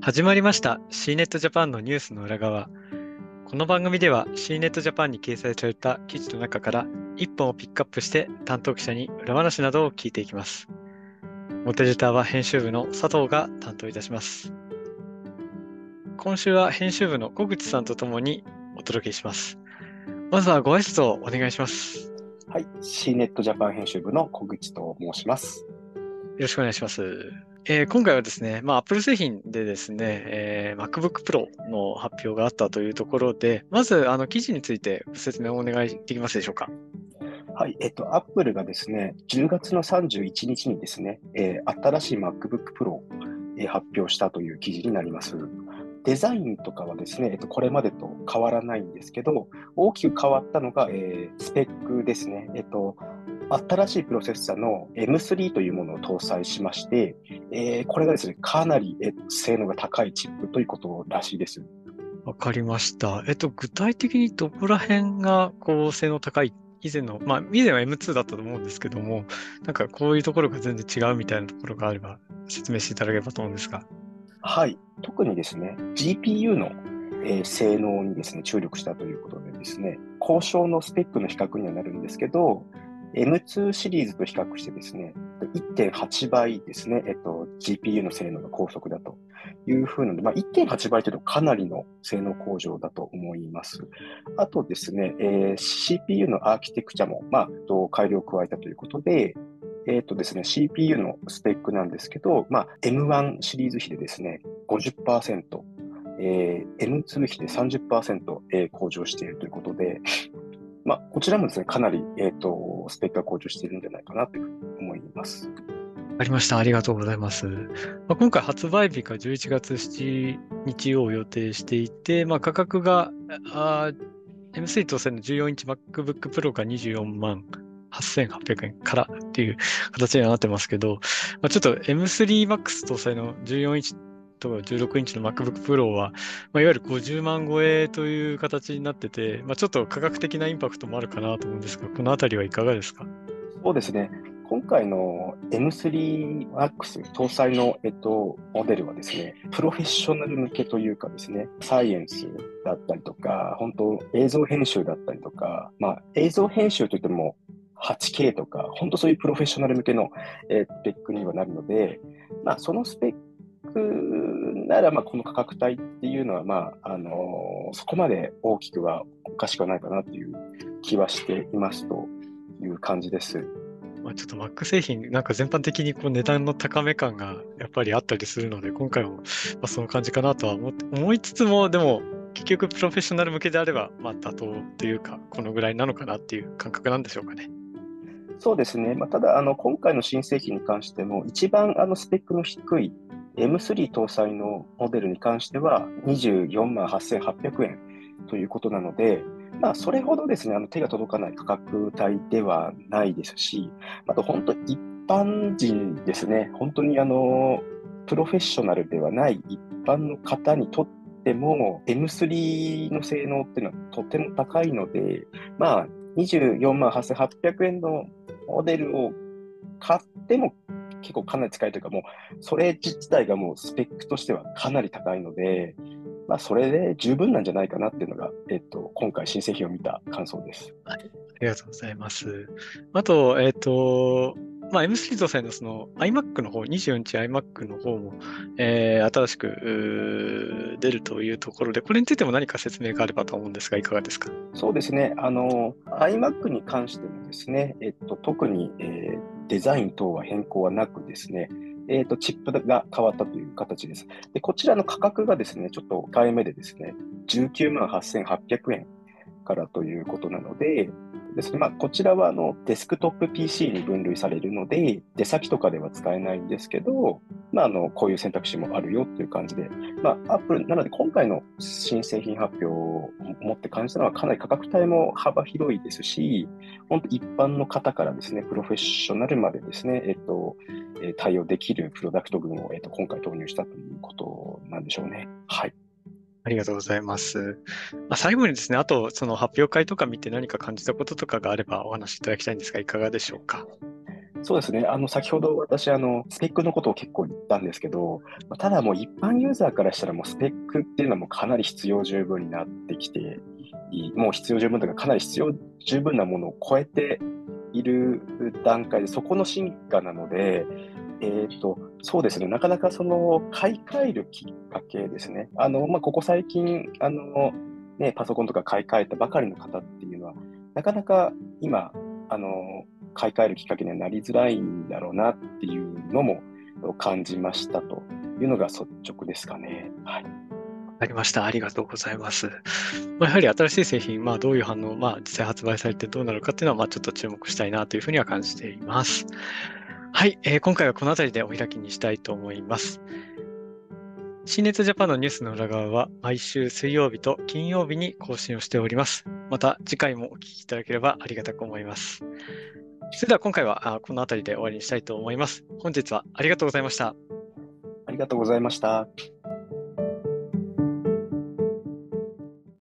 始まりました CNET Japan のニュースの裏側。この番組では CNET Japan に掲載された記事の中から1本をピックアップして担当記者に裏話などを聞いていきます。モデレーターは編集部の佐藤が担当いたします。今週は編集部の小口さんとともにお届けします。まずはご挨拶をお願いします。 はい、CNET Japan 編集部の小口と申します。 よろしくお願いします。今回はですね、Apple 製品でですね、MacBook Pro の発表があったというところで、まず記事についてご説明をお願いできますでしょうか。 はい、Apple がですね、10月の31日にですね、新しい MacBook Pro を、発表したという記事になります。デザインとかはですね、これまでと変わらないんですけど、大きく変わったのが、スペックですね。新しいプロセッサの M3 というものを搭載しまして、これがですね、かなり性能が高いチップということらしいです。 わかりました。具体的にどこら辺が性能高い、以前の、以前は M2 だったと思うんですけども、なんかこういうところが全然違うみたいなところがあれば説明していただければと思うんですが。 はい、特にですね、GPU の、性能にですね、注力したということでですね、交渉のスペックの比較にはなるんですけど、M2 シリーズと比較してですね、1.8倍ですね、GPU の性能が高速だというふうなので、1.8倍というとかなりの性能向上だと思います。あとですね、CPU のアーキテクチャも、改良を加えたということで、ですね、CPU のスペックなんですけど、M1 シリーズ比でですね、50%、M2 比で30%、向上しているということで、こちらもですね、かなり、スペックが向上しているんじゃないかなというふうに思います。 ありました。ありがとうございます。今回発売日が11月7日を予定していて、価格がM3 搭載の14インチ MacBook Pro が24万8800円からっていう形にはなってますけど、ちょっと M3 Max 搭載の14インチと16インチの MacBook Pro は、いわゆる50万超えという形になってて、ちょっと価格的なインパクトもあるかなと思うんですが、このあたりはいかがですか？ そうですね。今回の M3Max 搭載の、モデルはですね、プロフェッショナル向けというかですね、サイエンスだったりとか、本当映像編集だったりとか、映像編集といっても 8K とか、本当そういうプロフェッショナル向けの、スペックにはなるので、そのスペックなら、この価格帯っていうのは、そこまで大きくはおかしくはないかなという気はしていますという感じです。 ちょっと Mac 製品、なんか全般的に値段の高め感がやっぱりあったりするので、今回もその感じかなとは思いつつも、でも結局プロフェッショナル向けであれば、妥当というか、このぐらいなのかなっていう感覚なんでしょうかね。 そうですね。ただ、今回の新製品に関しても、一番スペックの低い M3 搭載のモデルに関しては24万8800円ということなので、それほどですね、手が届かない価格帯ではないですし、あと本当一般人ですね、本当にプロフェッショナルではない一般の方にとっても M3 の性能っていうのはとても高いので、24万8800円のモデルを買っても結構かなり近いというか、もうそれ自体がもうスペックとしてはかなり高いので、それで十分なんじゃないかなっていうのが、今回新製品を見た感想です。 はい。ありがとうございます。あと、M3 搭載のその iMac の方、24インチ iMac の方も、新しく出るというところで、これについても何か説明があればと思うんですが、いかがですか？ そうですね。iMac に関してもですね、特に、デザイン等は変更はなくですね、チップが変わったという形です。で、こちらの価格がですね、ちょっと控えめでですね、19万8800円からということなので、ですね、こちらはデスクトップ PC に分類されるので、出先とかでは使えないんですけど、こういう選択肢もあるよっていう感じで、Apple、なので今回の新製品発表をもって感じたのは、かなり価格帯も幅広いですし、本当一般の方からですね、プロフェッショナルまでですね、対応できるプロダクト群を、今回投入したということなんでしょうね。はい。 ありがとうございます。最後にですね、あと、その発表会とか見て何か感じたこととかがあればお話しいただきたいんですが、いかがでしょうか？ そうですね。先ほど私、スペックのことを結構言ったんですけど、ただもう一般ユーザーからしたらもうスペックっていうのはもうかなり必要十分になってきてもう必要十分というか、かなり必要十分なものを超えている段階で、そこの進化なので、そうですね。なかなかその買い替えるきっかけですね。ここ最近、ね、パソコンとか買い替えたばかりの方っていうのは、なかなか今、あの、買い替えるきっかけにはなりづらいんだろうなっていうのも感じましたというのが率直ですかね。はい。 ありました。ありがとうございます。やはり新しい製品、どういう反応、実際発売されてどうなるかっていうのは、ちょっと注目したいなというふうには感じています。はい、今回はこの辺りでお開きにしたいと思います。新熱ジャパンのニュースの裏側は毎週水曜日と金曜日に更新をしております。また次回もお聞きいただければありがたく思います。それでは今回はこの辺りで終わりにしたいと思います。本日はありがとうございました。 ありがとうございました。